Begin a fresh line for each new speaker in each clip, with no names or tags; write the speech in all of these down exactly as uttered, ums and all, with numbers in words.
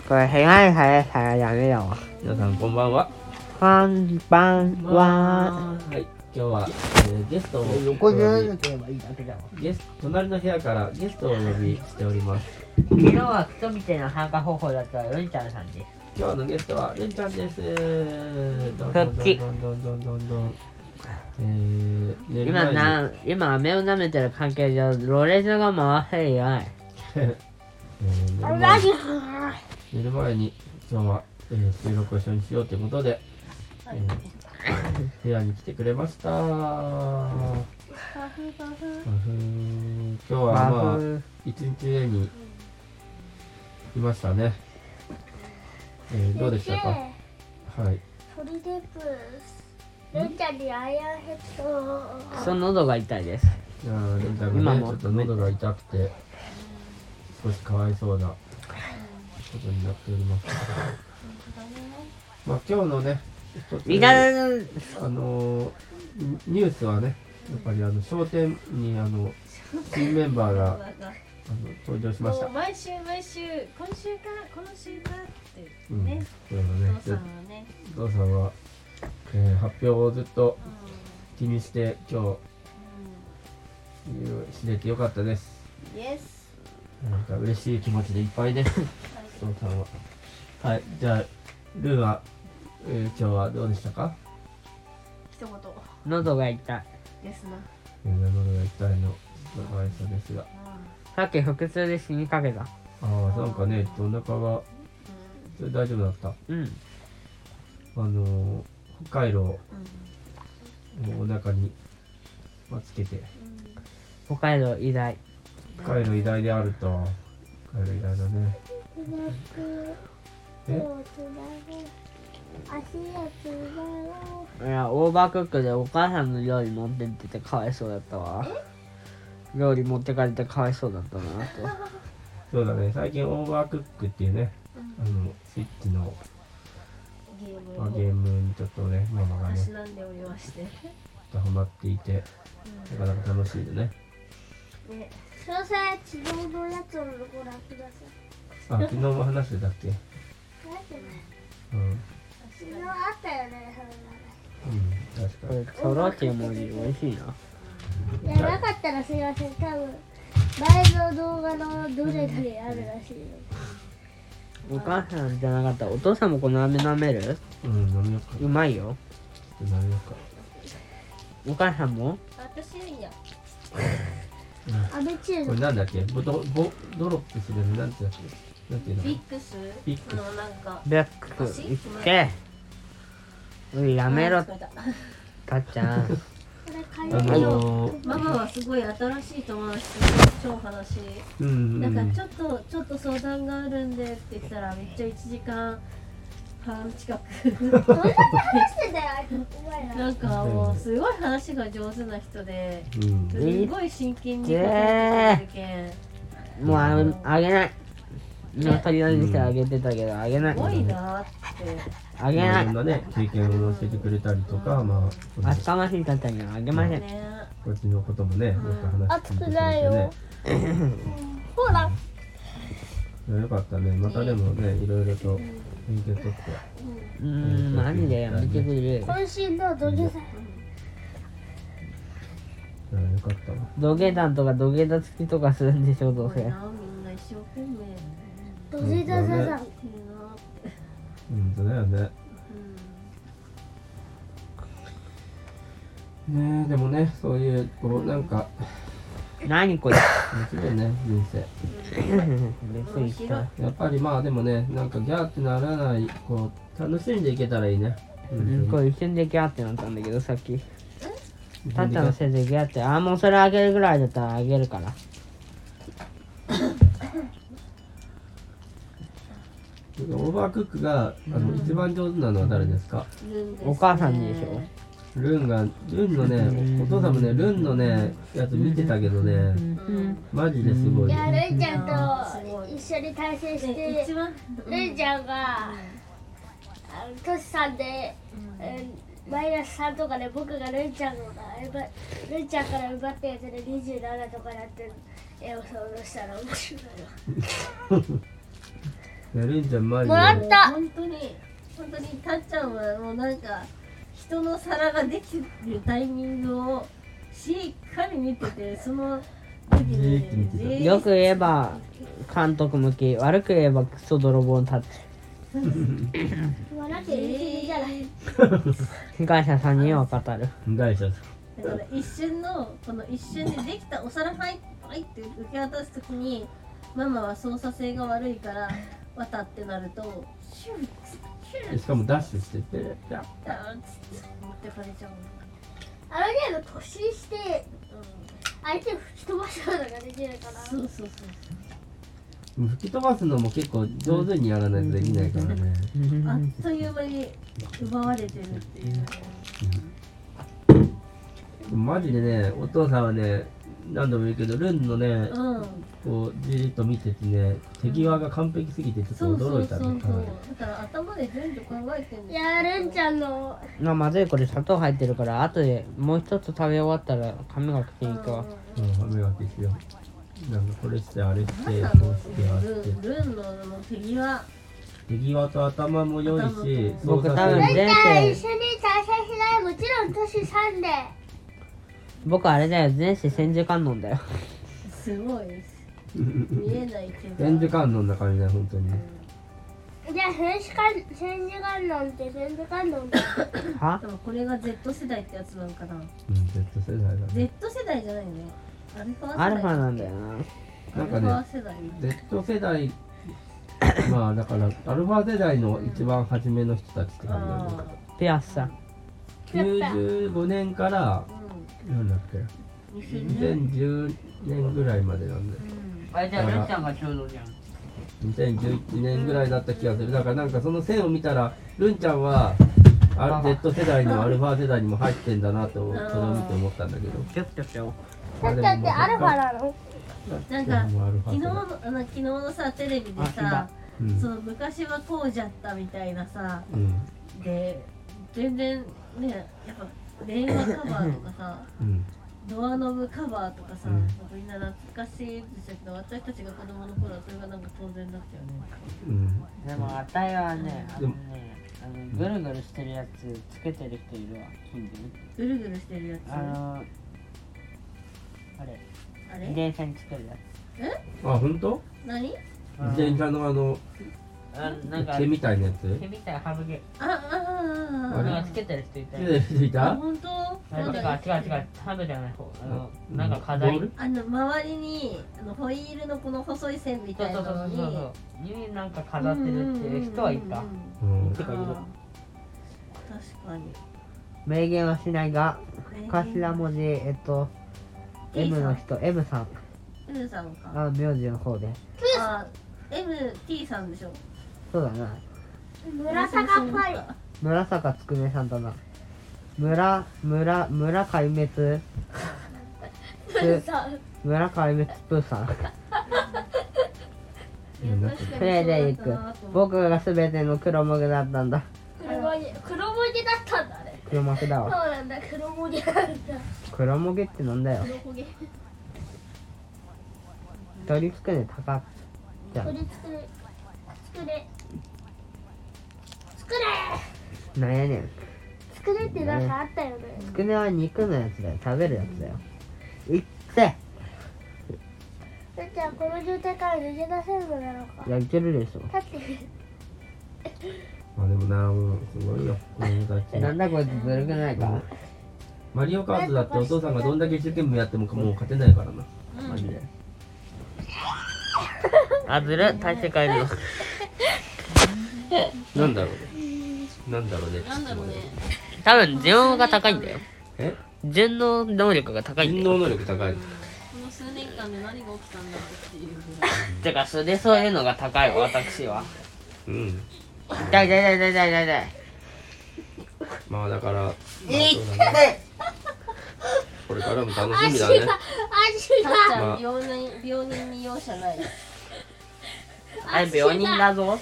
これ部屋に入ったらダメだわ。
皆さんこんばんは。
こんばんは。
はい、今日は、えー、ゲストを
横になければいいだけだわ。
ゲス隣の部屋からゲストをお呼びしております。
昨日はクソみたいな参加方法だったらうんちゃんさんです。
今日のゲストはレンちゃんです。どん
こっち
どんどんどんどんどんどん。えー、寝る
今
前に
な今目を舐めてる関係上ロレスが回せない。
えー寝る前に寝る前に今日は、えー、収録を一緒にしようということで、えー、部屋に来てくれました。今日はまあ一日目にいましたね。えー、どうでしたか？はい。
それでプレンちゃんにアイアンヘッド。
クソ喉が痛いです。
いやーレンちゃん
今も
がねちょっと喉が痛くて少しかわいそうなことになっております。まあ今日のね一つ
いらない
あのーニュースはねやっぱりあの商店にあの新メンバーがあの登場しました。
もう毎週毎週今週か今週かって
うん、
ね、
そうだ
お
ね。
父さんはね、
お父さんは、えー発表をずっと気にして今日知れてよかったです。
イエス。
なんか嬉しい気持ちでいっぱいです。お父さんは。はい、じゃあルーは、えー今日はどうでしたか？
一言
喉が痛い。
ですな。
えー喉が痛いのかわいそうですが。
さっき腹痛で死にかけた。
ああ、なんかね、ちょっとお腹がそれ大丈夫だった。
うん。
あのー、北海道をお腹に、まあ、つけて
北海道偉大。
北海道偉大であると北海道偉大だね。え
足をつな
いや、オーバークックでお母さんの料理持ってっててかわいそうだったわ。料理持ってかれてかわいそうだったなと。
そうだね、最近オーバークックっていうね、あのスイッチの、
ゲー
まあ、
ム
ゲームにちょっとねママが
を
ね
たしなんでおりまして、
ハマっていてなかなか楽しいよね。
ね、
詳細は昨日のやつをご覧ください。
あ、昨日も話してたっけ？
だってね、
うん、
昨日あったよね、
うん、確かに。
これ、トロっていう文字美味しいな。
それ。いや、なかったらすいません、多分前の動画のどれかにあるらしいよ。
お母さんじゃなかったらお父さんもこの飴舐める？
うん、飲みようか。
うまいよ。
ちょっと飲みようか。
お母さんも？
私いいや。
アベチュー
これなんだっけ？ボドボドロップするのなんてやつ？なんていうの？
ビックス
ビックス
のなんか
ベック行って。おい、やめろ、
あ疲れた
たっちゃん。
これ買い
あ
ましょう。
のー、
ママはすごい新しい友達と超話。
うんうんう
なん
ん
かちょっとちょっと相談があるんでって言ったらめっちゃいちじかんはん近く
どんな話してたよ、お前ら。
なんかもうすごい話が上手な人で、
うん
すごい真剣に語ってくれるけん、
もうあのあげない。今とりあえずしてあげてたけど、あげない
す。ごいなーって。
あげない
ろん。なね経験を教えてくれたりとか、まあこの
厚かましい方にはあげません。
ね、
こっちのこともねよく話してくれて
ないよ
ね。
ほら、
いやよかったね。またでもねいろいろと勉強取って。
うーん、マジでやめてくれる。
渾身の土下座。
うんよかったわ。
土下座とか土下座付きとかするんでしょ、どうせ。
すごいな、みんな一生懸命。
土下座座座。
いいなーって。
本当だよね。ねえでもねそういうこうなんか
何これ。
面白いね人生。
別にさ。
やっぱりまあでもねなんかギャーってならないこう楽しんでいけたらいいね。
うん、これ一瞬でギャーってなったんだけど、さっき。たっちゃんのせいでギャーって、あーもうそれあげるぐらいだったらあげるから。
オーバークックがあの一番上手なのは誰ですか？
ルンですね
お母さんにでしょ。
ルンがルンのねお父さんもねルンのねやつ見てたけどね
うん。
マジですごい。
いや、ルンちゃんと一緒に対戦し
で
て、
一番
ルンちゃんが、あのトシさんで、えーマイナスさんとかで僕がルンちゃんが奪ルンちゃんから奪ったやつでにじゅうななとかやってる絵を想像したら面白いわ。
やるんじゃんマジ
もらっ
で。
た。
本当に本当にたっちゃんはもうなんか人の皿ができるタイミングをしっかり見てて、その時に
じーっと見てた
全員
よく言えば監督向き、悪く言えばクソ泥棒のタッチ。
言わなきゃ言い過ぎじゃない。
被害者さんにんは語る。
被害者さん。
だから一瞬のこの一瞬でできたお皿はいはいって受け渡すときにママは操作性が悪いから渡ってなるとシュッシュッ
しかもダッシュしてて、やっ
ダーンつって持ってかれちゃうの。
あのゲーム突進して相手を吹き飛ばすことができるから。
そうそうそう
吹き飛ばすのも結構上手にやらないとできないからね。
あっという間に奪われてるっていう。
マジでね、お父さんはね、何度も言うけど、ルンのね、
うん。
こうじーっと見ててね、手際が完璧すぎてちょ
そう
っと驚いた
そうそう
ね。
そう。だから頭で全部考えてるんですよ。
やるんちゃんの
まあまずい、これ砂糖入ってるから後でもう一つ食べ終わったら歯磨きしに行くわ。
うん、歯磨きしよう。なんかこれしてあれして、
なんかもう
こうしてあっ
ルン
て。
ルンの手際。
手際と頭も良いし、
僕
操作性も
多分前
じゃあ一
世、
緒に対戦しない。もちろん年さんで。
僕あれだよ、前世千手観音だよ。
すごいです。見えないけど。
千手観音な感じだよ、本当に。
じゃあ戦士観戦士観音って戦士観音だ。
は
でもこれが Z 世代ってやつなのかな。
うん、Z 世代だね。
Z 世代じゃないね。アルファ世代。
アルファなんだよな。
なんか
アルフ
ね
ァ世代。
Z 世代、まあだから、アルファ世代の一番初めの人たちって感じだね。
あ
ピアスさん。
きゅうじゅうごねんから
あ、、うん。
なんだっけ、
にせん
にせんじゅうねんぐらいまでなんだよ。
あれじゃあルンちゃんがちょうどじゃん。
にせんじゅういちねんぐらいだった気がする。だからなんかその線を見たら、ルンちゃんは、あ Z 世代にもアルファ世代にも入ってんだなと、それを見て思ったんだけど。
キュッキュッキュッ。
だってってアルファなの？
なんか
もうアルファ
昨日の
世代
あの昨日のさテレビで
あ来た
さ、
うん
その昔はこうじゃったみたいなさ、
うん
で全然ねやっぱ令和カバーとかさ
うん
ドアノブカバーとかさ、
うん
なんかみんな懐かしいですけど、私たちが子供の頃はそれがなんか当然だったよね。
うん
でもあたいはね、あの
でも
ね、あのぐるぐるしてるやつつけてる人いるわ、近所に。
ぐるぐるしてるやつ。
あのあれ、
あれ？
自転車につけるや
あ、本当？
何？
自転車のあの
つ。あなんか
毛みたいなやつ？
毛みたいなハブ毛。
あああああ
なんかつけてる人いた
手
よ。
でついた？
あ本当？
あ
なん
違う
か
違う違う、ハブじゃない方。あの、
うん
なんか飾り。
ボール
あの周りにあのホイールのこの細い線みたい
そうそうそう
なのに
そうそう。になんか飾ってるっていう人はいた。
うん
てかいる。
あー確かに。
明言はしないが、
ね
頭文字、えっと、
T
M の人、M さん。
M さんか。
あ、名字の方で。
あ、エムティー さんでしょ。
そうだな。
村坂っぽい。
村坂つくめさんだな。村、村、村壊滅。
プーさん。
村壊滅プーさん。
うんなんか
それでいく。僕がすべての黒モグだったんだ。
黒文字黒文字だったんだね。
黒幕だ
そう
わ。
なんだ、黒文字なんだ。
黒モグってなんだよ。
黒焦げ。
取りつくね、高じゃん。
取り作れ。作れ。作れ。
なんやねん。
作れってなんかあったよね。
つくねは肉のやつだよ。食べるやつだよ。いって
だってこの状態から逃げ出せるのだろうか。
いや、いけるでしょ。
だって
まあでもな、もうすごいよ、子供たち。
なんだこいつずるくないか。
マリオカートだってお父さんがどんだけ一生懸命やってももう勝てないからな。マジで。
あ、ずる、大して帰るよ。
なんだろうね。なんだろうね。
なんだろうね。
多分、順応が高いんだよ。
え？
順応能力が高いんだよ。
運動能力高い。
この数年間で何が起きたんだっていうぐらい。
てか、それでそういうのが高いわ、私は。
うん。
痛い痛い痛い痛い痛い痛い。
まあだから、まあ
痛
そうだね。これからも楽しみだね。
足
たっち
が
ゃん、
まあ
病人病人に容赦ない。
あれ、病人だぞ。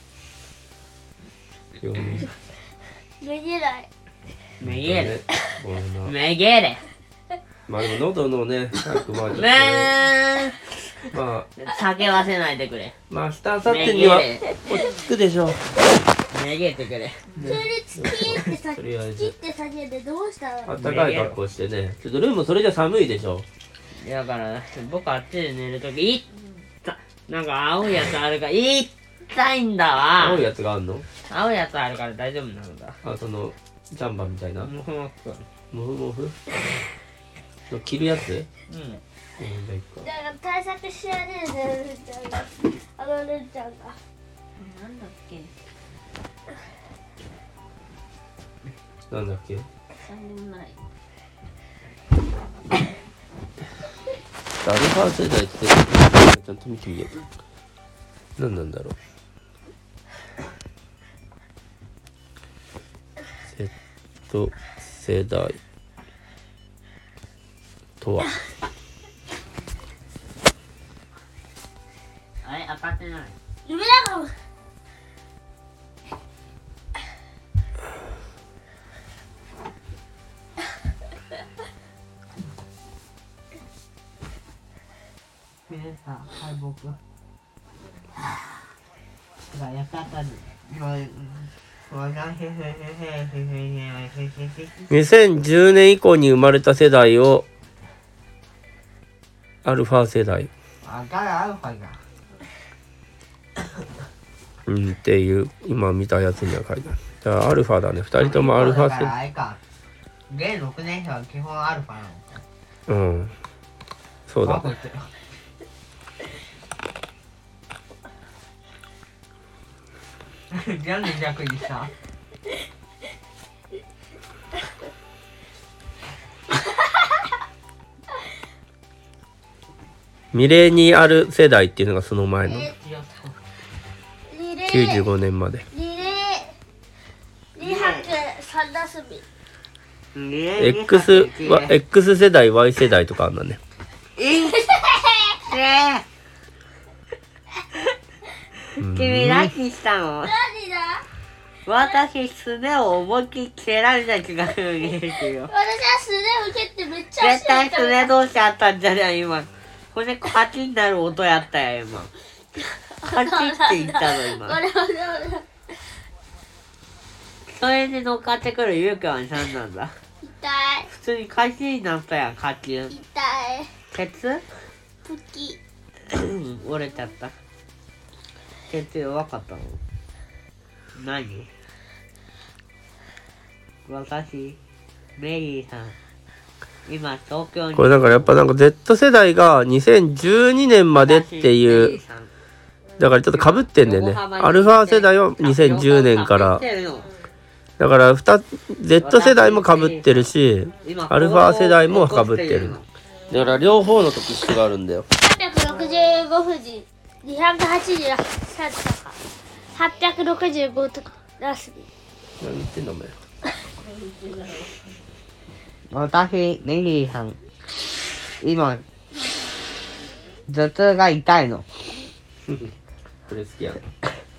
病人
見えない。
めげる。
ねこんな
めげる。
まあでも喉のね、早くまあちょっと
めー
ま
叫ばせないでくれ。
あまあ明日明後日には落ち着くでしょう。
めげてくれ。
それでチキってさ
とりあえず
チキって叫んでどうしたの？
あったかい格好してね。ちょっとルームそれじゃ寒いでしょ。
だから僕あっちで寝るときいったなんか青いやつあるからいったいんだわ。
青いやつがあんの？
青いやつあるから大丈夫なのだ。
あ、そのジャンバーみたいな。
もふもふ。
モフモフの着るやつ？
うん。
うん、じゃあいっか。
だから対策しやねえねルンちゃんがあのルンちゃんが
なんだっけ
なんだっけ？
なんでもない。
アルファ世代ってちゃんと見てみよう。何なんだろう。Z 世代とは。
あれ当たってない。
夢だかも。
皆さん、敗北。がやったったに。もう、
にせんじゅうねん以降に生まれた世代をアルファ世代、
あ、誰アルファが。
うんっていう今見たやつには書いてある。じゃあアルファだね。ふたりともアルファ世
だからあ
代。
れか。現ろくねん生は基本アルファなの。
うん。そうだ。
こいつなんで逆にした？
ミレニアル世代っていうのがその前の
リレー
きゅうじゅうごねんまで。
リレーにはくさんだすみ
X は X 世代 Y 世代とかあんだね。
君何したの？
何だ？
私すねを思いっきり蹴られた気がするんですよ。
私はすねを蹴ってめっちゃ
絶対すね同士あったんじゃない今。これカチンなる音やったよ今。カチンって言ったの今。
これはでも
それで乗っかってくる勇気は何なんだ？
痛い
普通にカチンになったやん、カチン。
痛い
ケツ？
プキ
折れちゃった。ケツ弱かったの？何？私、メリーさん、今東京に。
これだからやっぱなんか Z 世代がにせんじゅうにねんまでっていうだからちょっと被ってんだよね。アルファ世代はにせんじゅうねんからだから2 Z 世代も被ってるしアルファ世代も被ってる。だから両方の特質があるんだよ。
さんびゃくろくじゅうごふじにひゃくはちじゅうさんとかはっぴゃくろくじゅうごとかラスに
何言ってんのお前。
私、メリーさん、今、頭痛が痛いの。
これ好きやん。い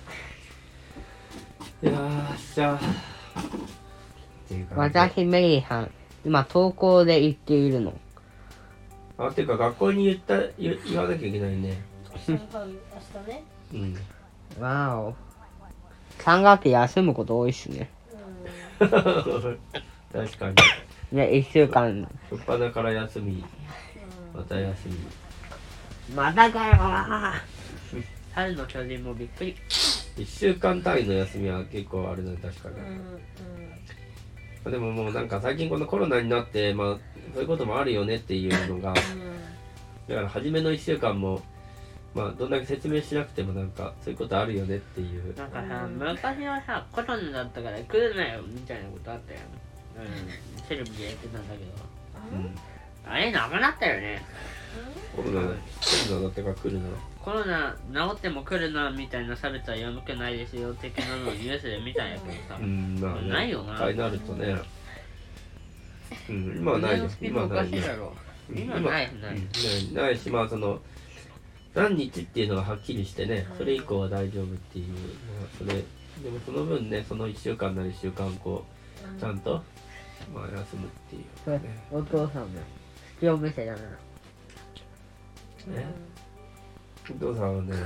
やーじゃあっていう感じで
私、メリーさん、今、登校で行っているの。
あっていうか学校に言った言言わなきゃいけないね。
明日ね。
うん
わお。さん学期休むこと多いっすね。
確かに
ね、いっしゅうかん。
初っ端から休みまた休み
またかよー。春の巨人もびっくり。
いっしゅうかん単位の休みは結構あれだね確かに、
うん
でももうなんか最近このコロナになってまあそういうこともあるよねっていうのがだから初めのいっしゅうかんもまあどんだけ説明しなくてもなんかそういうことあるよねっていう
なんかさ、昔はさ、コロナだったから来るなよみたいなことあったよ。うん、テレビでやってたんだけど。
うん
あれ、なくなったよね。
コロナコロナだったから来るなら
コロナ治っても来るなみたいな差別はやむくないですよ的なのをニュースで見たんやけどさ。
うんまあね
ないよな
一回なるとねうん今はないよ今はないねうん
今ないない
うんないないしまあその何日っていうのがはっきりしてねそれ以降は大丈夫っていうのはそれでもその分ねそのいっしゅうかんなりいっしゅうかんこうちゃんとまあ休むっていうね
お父さんの隙を見せたな。
ねお父さんはね、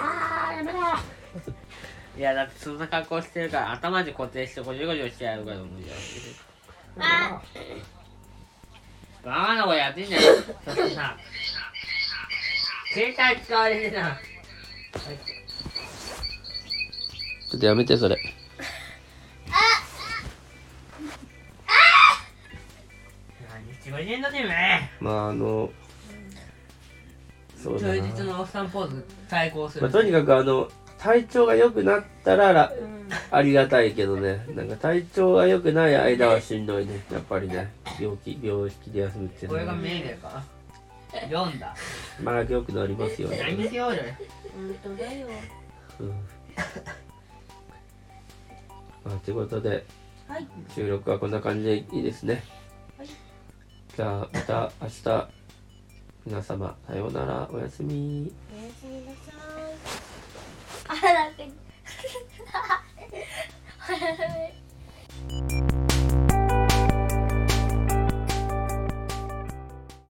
いやだってそんな格好してるから頭で固定してゴジョゴジョしてやるからもうじゃあバカな子やってんじゃん。そしてさ携帯使われてな。
ちょっとやめてそれ。
何ちごじんだてめ
まああのそうだ
休
な、
日のおっさんポーズ対抗する、
まあ、とにかくあの体調が良くなったららありがたいけどね、なんか体調が良くない間はしんどいね、やっぱりね、病気病気で休むっていう
これが
のは、ね、
見えねえか読んだ
まあ良くなりますよね。
何しようよ。
本当だよ。
うんまあ、ということで
はい。
収録はこんな感じでいいですね。
はい
じゃあまた明日皆様さようなら、おやすみ。
おやすみ。